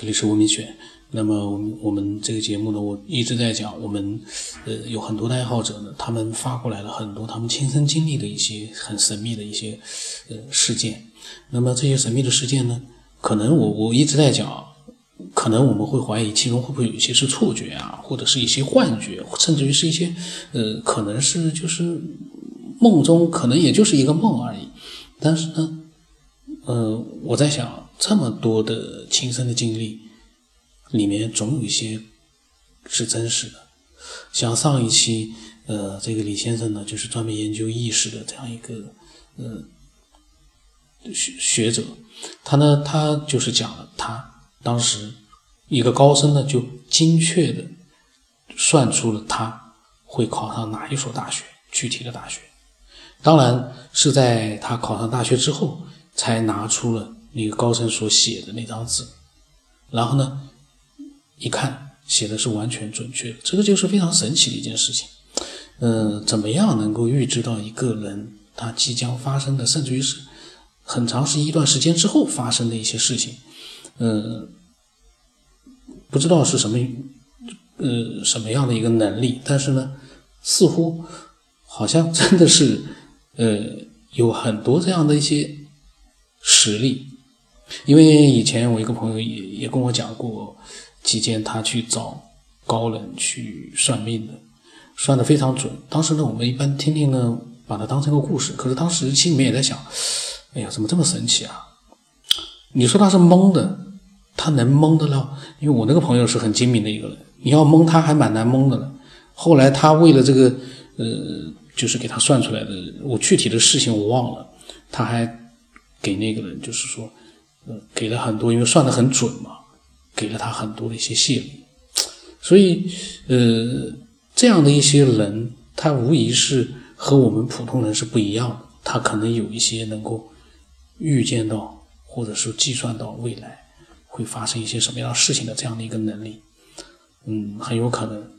这里是文明选。那么我们这个节目呢，我一直在讲，我们有很多的爱好者呢，他们发过来了很多他们亲身经历的一些很神秘的一些事件。那么这些神秘的事件呢，可能我一直在讲，可能我们会怀疑其中会不会有一些是错觉啊，或者是一些幻觉，甚至于是一些可能是就是梦中可能也就是一个梦而已。但是呢我在想，这么多的亲身的经历里面总有一些是真实的。像上一期这个李先生呢，就是专门研究意识的这样一个学者，他就是讲了他当时一个高僧呢就精确的算出了他会考上哪一所大学，具体的大学。当然是在他考上大学之后才拿出了那个高僧所写的那张纸，然后呢一看写的是完全准确的。这个就是非常神奇的一件事情。怎么样能够预知到一个人他即将发生的，甚至于是很长一段时间之后发生的一些事情，不知道是什么样的一个能力，但是呢似乎好像真的是有很多这样的一些实例。因为以前我一个朋友也跟我讲过几件他去找高人去算命的，算得非常准。当时呢我们一般听听呢把它当成个故事，可是当时心里面也在想，哎呀怎么这么神奇啊。你说他是蒙的，他能蒙得了？因为我那个朋友是很精明的一个人，你要蒙他还蛮难蒙的了。后来他为了这个就是给他算出来的，我具体的事情我忘了，他还给那个人就是说给了很多，因为算得很准嘛，给了他很多的一些谢礼。所以这样的一些人，他无疑是和我们普通人是不一样的，他可能有一些能够预见到或者是计算到未来会发生一些什么样的事情的这样的一个能力。很有可能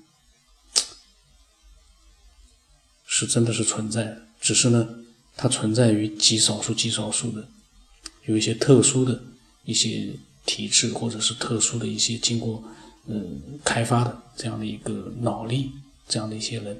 是真的是存在的，只是呢它存在于极少数的有一些特殊的一些体质，或者是特殊的一些经过开发的这样的一个脑力，这样的一些人。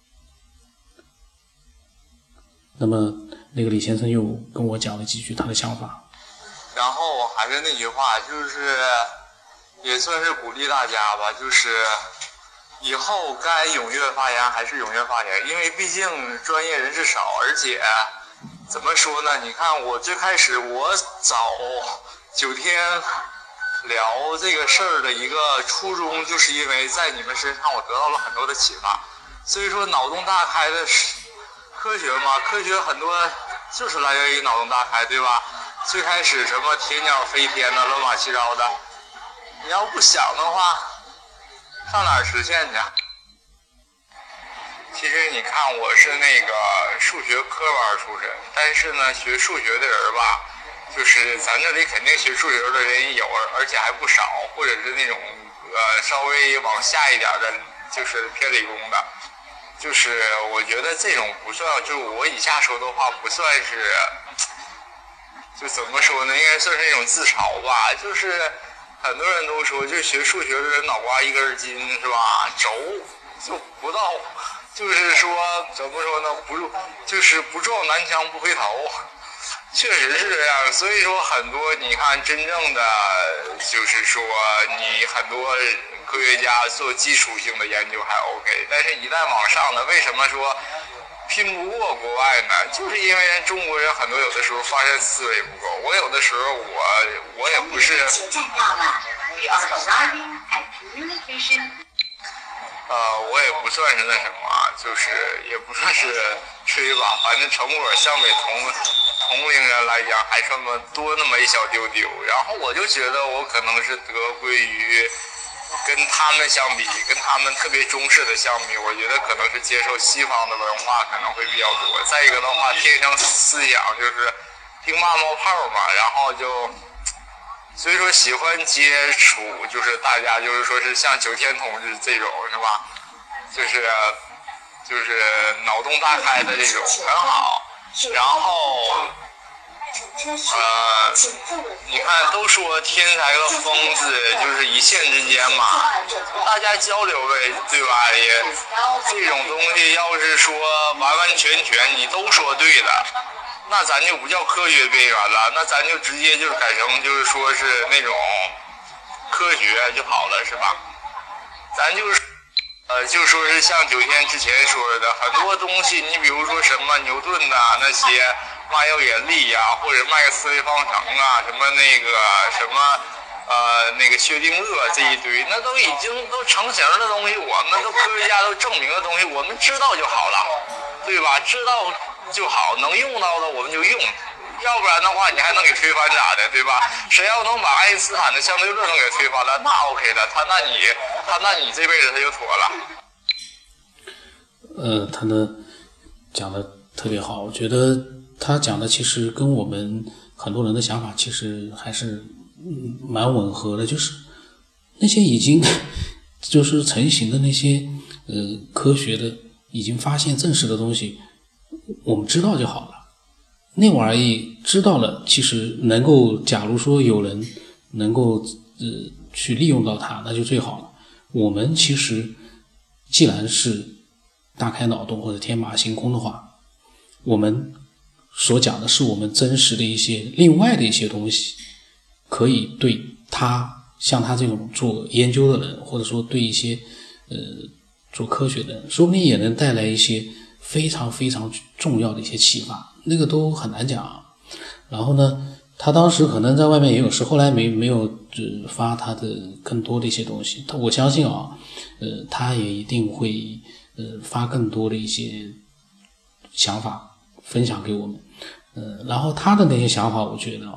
那么那个李先生又跟我讲了几句他的想法， 然后还是那句话，就是也算是鼓励大家吧，就是以后该踊跃发言还是踊跃发言，因为毕竟专业人士少，而且怎么说呢，你看我最开始我找9天聊这个事儿的一个初衷，就是因为在你们身上我得到了很多的启发。所以说脑洞大开的科学嘛，科学很多就是来源于脑洞大开，对吧？最开始什么铁鸟飞天的乱七八糟的，你要不想的话上哪儿实现去？其实你看我是那个数学科班出身，但是呢学数学的人吧，就是咱这里肯定学数学的人有，而且还不少，或者是那种稍微往下一点的，就是偏理工的。就是我觉得这种不算，就是我以下说的话不算是，就怎么说呢，应该算是一种自嘲吧。就是很多人都说，就学数学的人脑瓜一根筋是吧，轴就不到，就是说怎么说呢，就是不撞南墙不回头，确实是这样。所以说很多你看真正的就是说你很多科学家做基础性的研究还 OK， 但是一旦往上呢，为什么说拼不过国外呢？就是因为中国人很多有的时候发现思维不够。我有的时候我也不是我也不算是那什么，就是也不算是吹吧，反正成果相比同龄人来讲还这么多那么一小丢丢。然后我就觉得我可能是得归于跟他们相比，跟他们特别中式的相比，我觉得可能是接受西方的文化可能会比较多。再一个的话，天生思想就是听骂冒泡嘛，然后就所以说喜欢接触，就是大家就是说是像9天同志这种是吧，就是脑洞大开的这种很好。然后你看都说天才和疯子就是一线之间嘛，大家交流呗，对吧？也这种东西要是说完完全你都说对了，那咱就不叫科学边缘了，那咱就直接就是改成就是说是那种科学就好了，是吧？咱就是就说是像9天之前说的很多东西，你比如说什么牛顿呐、那些万有引力呀，或者麦克斯韦方程啊，什么那个什么那个薛定谔这一堆，那都已经都成型的东西，我们都科学家都证明的东西，我们知道就好了，对吧？知道就好，能用到的我们就用，要不然的话你还能给推翻咋的，对吧？谁要能把爱因斯坦的相对论能给推翻了，那 OK 了，那你这辈子他就妥了。 他呢讲的特别好，我觉得他讲的其实跟我们很多人的想法其实还是蛮吻合的，就是那些已经就是成型的那些科学的已经发现证实的东西，我们知道就好了，那玩意知道了，其实能够假如说有人能够去利用到它，那就最好了。我们其实既然是大开脑洞或者天马行空的话，我们所讲的是我们真实的一些另外的一些东西，可以对像他这种做研究的人，或者说对一些做科学的人，说不定也能带来一些非常非常重要的一些启发，那个都很难讲。然后呢，他当时可能在外面也有事，后来没有发他的更多的一些东西。我相信他也一定会发更多的一些想法分享给我们。然后他的那些想法，我觉得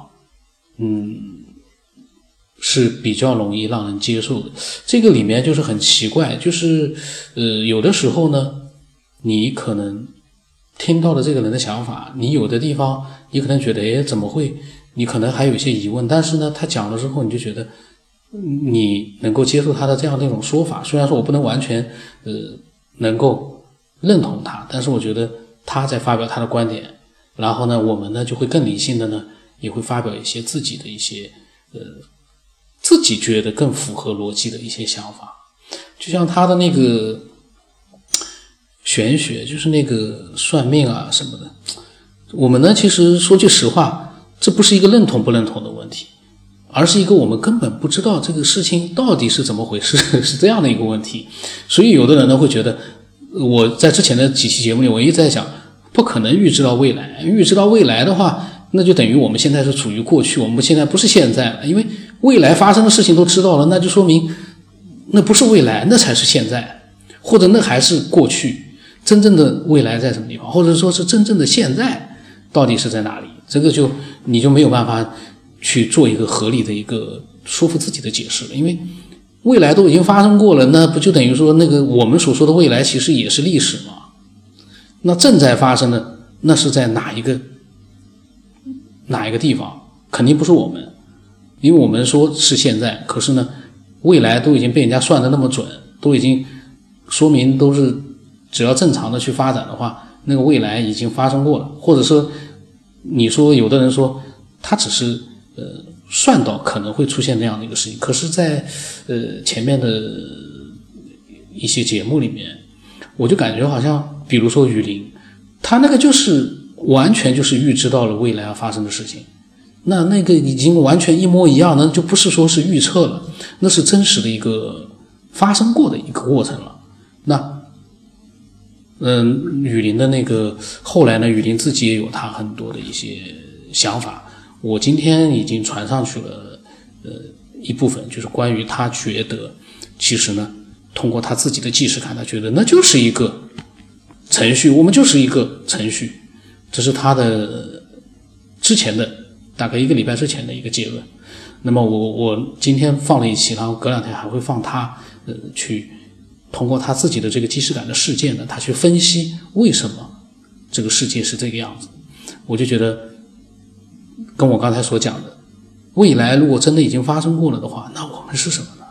是比较容易让人接受的。这个里面就是很奇怪，就是有的时候呢，你可能听到的这个人的想法，你有的地方你可能觉得怎么会，你可能还有一些疑问，但是呢他讲了之后你就觉得你能够接受他的这样的一种说法，虽然说我不能完全能够认同他，但是我觉得他在发表他的观点，然后呢我们呢就会更理性的呢也会发表一些自己的一些自己觉得更符合逻辑的一些想法。就像他的那个玄学，就是那个算命啊什么的，我们呢其实说句实话，这不是一个认同不认同的问题，而是一个我们根本不知道这个事情到底是怎么回事，是这样的一个问题。所以有的人呢会觉得，我在之前的几期节目里我一直在讲，不可能预知到未来，预知到未来的话，那就等于我们现在是处于过去，我们现在不是现在了，因为未来发生的事情都知道了，那就说明那不是未来，那才是现在，或者那还是过去，真正的未来在什么地方，或者说是真正的现在到底是在哪里，这个你就没有办法去做一个合理的一个说服自己的解释了，因为未来都已经发生过了，那不就等于说那个我们所说的未来其实也是历史吗？那正在发生的那是在哪一个地方，肯定不是我们，因为我们说是现在，可是呢未来都已经被人家算得那么准，都已经说明都是只要正常的去发展的话，那个未来已经发生过了。或者说你说有的人说他只是算到可能会出现那样的一个事情，可是在前面的一些节目里面，我就感觉好像比如说雨林，他那个就是完全就是预知到了未来要发生的事情，那个已经完全一模一样，那就不是说是预测了，那是真实的一个发生过的一个过程了。那雨林的那个后来呢，雨林自己也有他很多的一些想法，我今天已经传上去了一部分，就是关于他觉得其实呢通过他自己的纪实看，他觉得那就是一个程序，我们就是一个程序，这是他的之前的大概1个礼拜之前的一个结论。那么我今天放了一期，然后隔2天还会放他去通过他自己的这个即视感的事件呢，他去分析为什么这个世界是这个样子。我就觉得跟我刚才所讲的，未来如果真的已经发生过了的话，那我们是什么呢？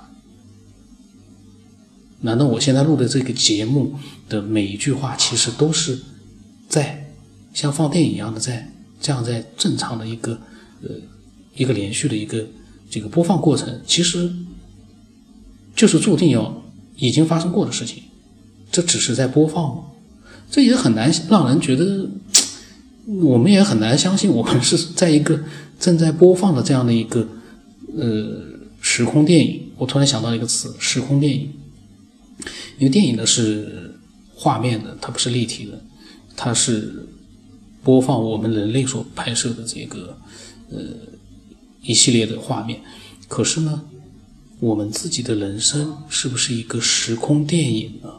难道我现在录的这个节目的每一句话其实都是在像放电影一样的在这样在正常的一个连续的一个这个播放过程，其实就是注定已经发生过的事情，这只是在播放，这也很难让人觉得，我们也很难相信我们是在一个正在播放的这样的一个时空电影。我突然想到一个词，时空电影。因为电影呢是画面的，它不是立体的，它是播放我们人类所拍摄的这个一系列的画面。可是呢，我们自己的人生是不是一个时空电影呢？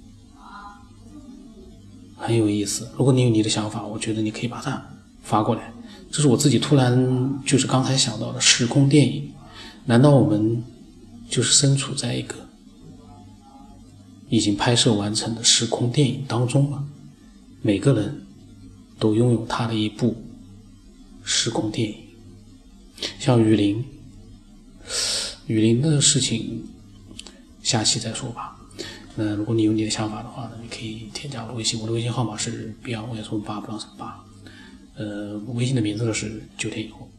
很有意思。如果你有你的想法，我觉得你可以把它发过来。这是我自己突然就是刚才想到的时空电影。难道我们就是身处在一个已经拍摄完成的时空电影当中吗？每个人都拥有他的一部时空电影。像雨林的事情下期再说吧。那如果你有你的想法的话呢，你可以添加我的微信，我的微信号码是 B258+8，微信的名字是9天以后。